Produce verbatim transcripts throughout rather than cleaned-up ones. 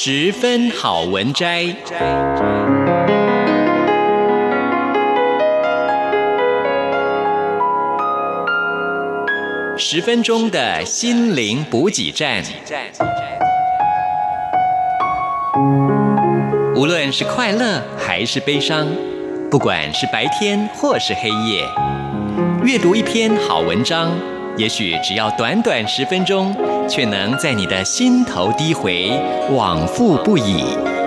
十分好文摘。十分钟的心灵补给站。无论是快乐还是悲伤，不管是白天或是黑夜，阅读一篇好文章，也许只要短短十分钟，却能在你的心头低回，往复不已。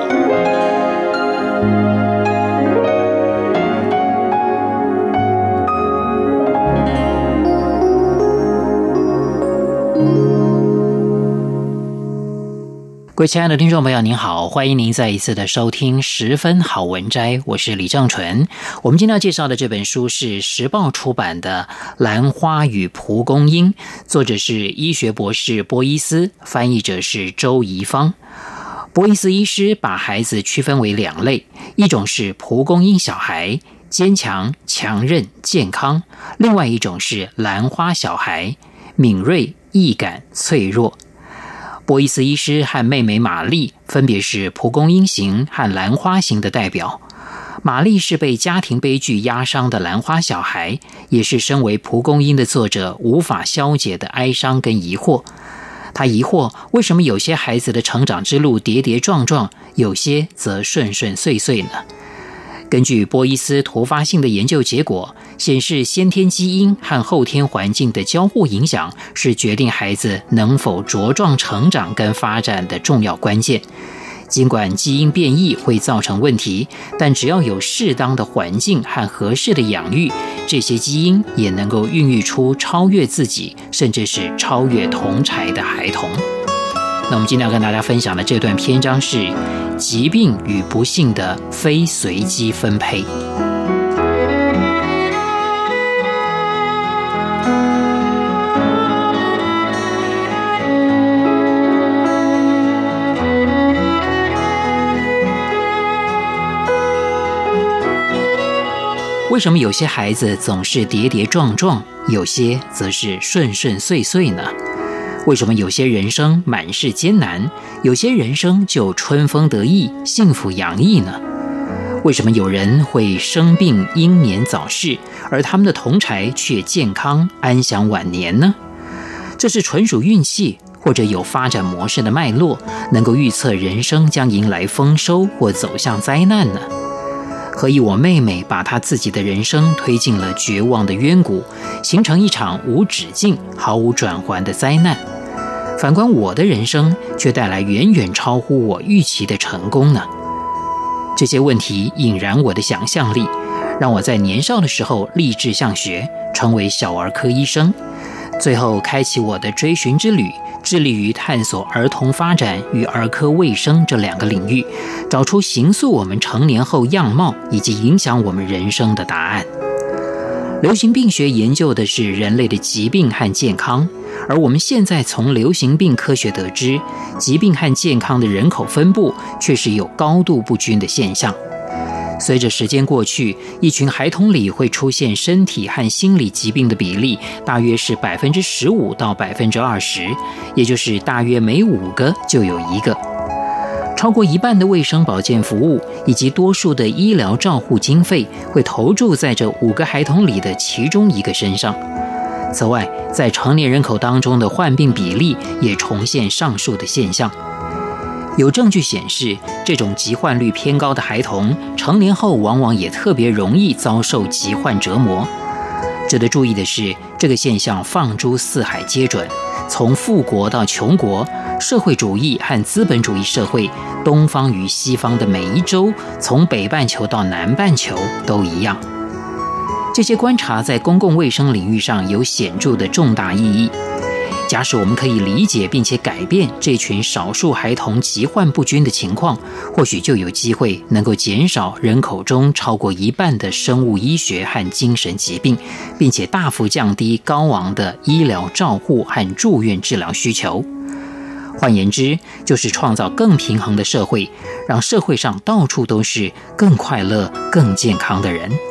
各位亲爱的听众朋友您好，欢迎您再一次的收听十分好文摘，我是李正纯。我们今天要介绍的这本书是时报出版的《兰花与蒲公英》，作者是医学博士波伊斯，翻译者是周怡芳。波伊斯医师把孩子区分为两类，一种是蒲公英小孩，坚强、强韧、健康；另外一种是兰花小孩，敏锐、易感、脆弱。波伊斯医师和妹妹玛丽分别是蒲公英型和兰花型的代表。玛丽是被家庭悲剧压伤的兰花小孩，也是身为蒲公英的作者无法消解的哀伤跟疑惑。他疑惑为什么有些孩子的成长之路跌跌撞撞，有些则顺顺遂遂呢？根据波伊斯突发性的研究结果显示，先天基因和后天环境的交互影响是决定孩子能否茁壮成长跟发展的重要关键。尽管基因变异会造成问题，但只要有适当的环境和合适的养育，这些基因也能够孕育出超越自己，甚至是超越同侪的孩童。那我们今天要跟大家分享的这段篇章是疾病与不幸的非随机分配。为什么有些孩子总是跌跌撞撞，有些则是顺顺遂遂呢？为什么有些人生满是艰难，有些人生就春风得意、幸福洋溢呢？为什么有人会生病英年早逝，而他们的同侪却健康安享晚年呢？这是纯属运气，或者有发展模式的脉络，能够预测人生将迎来丰收或走向灾难呢？何以我妹妹把她自己的人生推进了绝望的渊谷，形成一场无止境、毫无转圜的灾难？反观我的人生，却带来远远超乎我预期的成功呢？这些问题引燃我的想象力，让我在年少的时候立志向学，成为小儿科医生，最后开启我的追寻之旅，致力于探索儿童发展与儿科卫生这两个领域，找出形塑我们成年后样貌以及影响我们人生的答案。流行病学研究的是人类的疾病和健康，而我们现在从流行病科学得知，疾病和健康的人口分布却是有高度不均的现象。随着时间过去，一群孩童里会出现身体和心理疾病的比例大约是 百分之十五 到 百分之二十， 也就是大约每五个就有一个。超过一半的卫生保健服务以及多数的医疗照护经费会投注在这五个孩童里的其中一个身上。此外，在成年人口当中的患病比例也重现上述的现象。有证据显示，这种疾患率偏高的孩童成年后往往也特别容易遭受疾患折磨。值得注意的是，这个现象放诸四海皆准，从富国到穷国，社会主义和资本主义社会，东方与西方的每一洲，从北半球到南半球都一样。这些观察在公共卫生领域上有显著的重大意义。假使我们可以理解并且改变这群少数孩童疾患不均的情况，或许就有机会能够减少人口中超过一半的生物医学和精神疾病，并且大幅降低高昂的医疗照护和住院治疗需求。换言之，就是创造更平衡的社会，让社会上到处都是更快乐、更健康的人。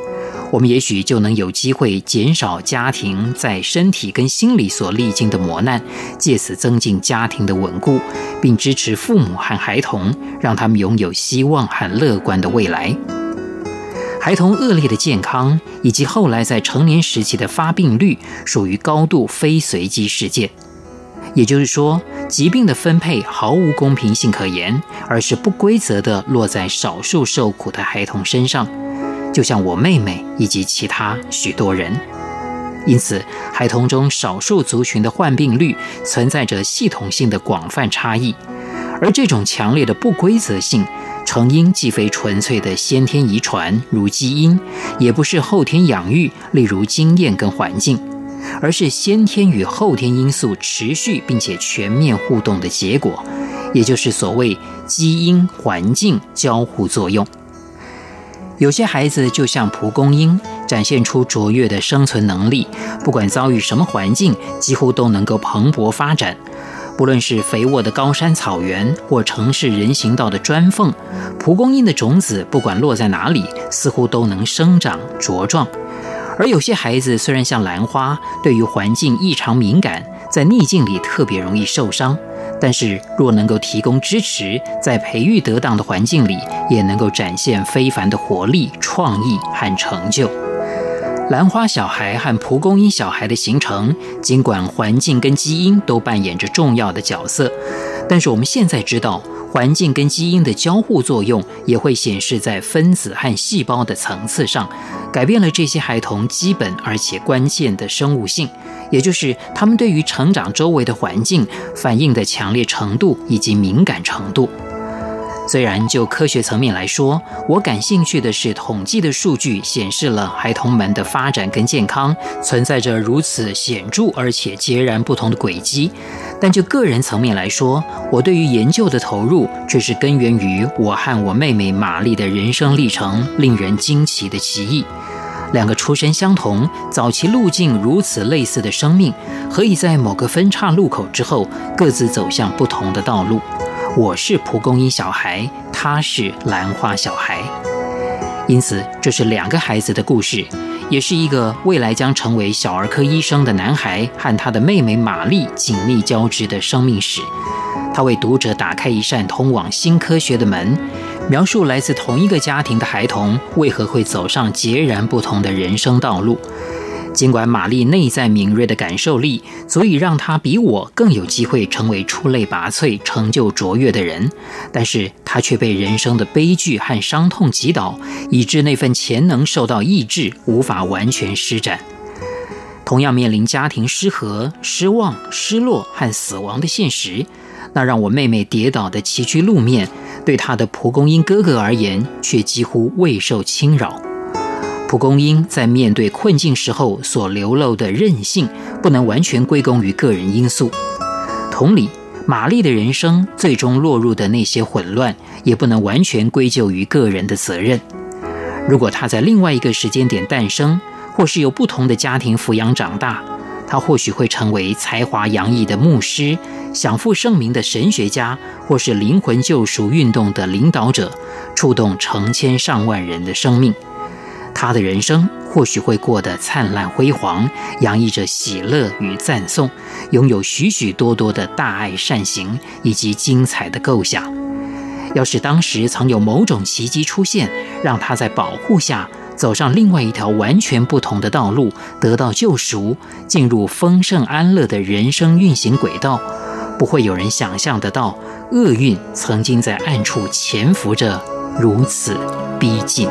我们也许就能有机会减少家庭在身体跟心理所历经的磨难，借此增进家庭的稳固，并支持父母和孩童，让他们拥有希望和乐观的未来。孩童恶劣的健康以及后来在成年时期的发病率属于高度非随机事件，也就是说，疾病的分配毫无公平性可言，而是不规则地落在少数受苦的孩童身上，就像我妹妹以及其他许多人。因此，孩童中少数族群的患病率存在着系统性的广泛差异，而这种强烈的不规则性成因既非纯粹的先天遗传，如基因，也不是后天养育，例如经验跟环境，而是先天与后天因素持续并且全面互动的结果，也就是所谓基因环境交互作用。有些孩子就像蒲公英，展现出卓越的生存能力，不管遭遇什么环境，几乎都能够蓬勃发展。不论是肥沃的高山草原或城市人行道的砖缝，蒲公英的种子不管落在哪里，似乎都能生长茁壮。而有些孩子虽然像兰花，对于环境异常敏感，在逆境里特别容易受伤，但是若能够提供支持，在培育得当的环境里，也能够展现非凡的活力、创意和成就。兰花小孩和蒲公英小孩的形成，尽管环境跟基因都扮演着重要的角色，但是我们现在知道，环境跟基因的交互作用也会显示在分子和细胞的层次上，改变了这些孩童基本而且关键的生物性，也就是他们对于成长周围的环境反应的强烈程度以及敏感程度。虽然就科学层面来说，我感兴趣的是统计的数据显示了孩童们的发展跟健康存在着如此显著而且截然不同的轨迹，但就个人层面来说，我对于研究的投入却是根源于我和我妹妹玛丽的人生历程令人惊奇的奇异。两个出身相同、早期路径如此类似的生命，何以在某个分岔路口之后各自走向不同的道路？我是蒲公英小孩，他是兰花小孩。因此，这是两个孩子的故事，也是一个未来将成为小儿科医生的男孩和他的妹妹玛丽紧密交织的生命史。他为读者打开一扇通往新科学的门，描述来自同一个家庭的孩童为何会走上截然不同的人生道路。尽管玛丽内在敏锐的感受力足以让她比我更有机会成为出类拔萃、成就卓越的人，但是她却被人生的悲剧和伤痛击倒，以致那份潜能受到抑制，无法完全施展。同样面临家庭失和、失望、失落和死亡的现实，那让我妹妹跌倒的崎岖路面，对她的蒲公英哥哥而言却几乎未受侵扰。蒲公英在面对困境时候所流露的韧性，不能完全归功于个人因素。同理，玛丽的人生最终落入的那些混乱，也不能完全归咎于个人的责任。如果她在另外一个时间点诞生，或是由不同的家庭抚养长大，她或许会成为才华洋溢的牧师、享负盛名的神学家，或是灵魂救赎运动的领导者，触动成千上万人的生命。他的人生或许会过得灿烂辉煌，洋溢着喜乐与赞颂，拥有许许多多的大爱善行以及精彩的构想。要是当时曾有某种奇迹出现，让他在保护下走上另外一条完全不同的道路，得到救赎，进入丰盛安乐的人生运行轨道，不会有人想象得到厄运曾经在暗处潜伏着，如此逼近。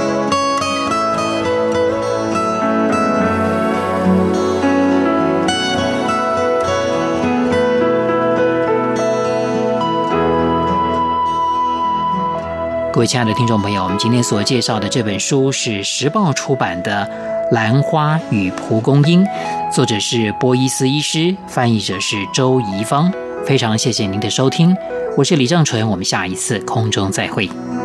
各位亲爱的听众朋友，我们今天所介绍的这本书是时报出版的《兰花与蒲公英》，作者是波伊斯医师，翻译者是周怡芳。非常谢谢您的收听，我是李正纯，我们下一次空中再会。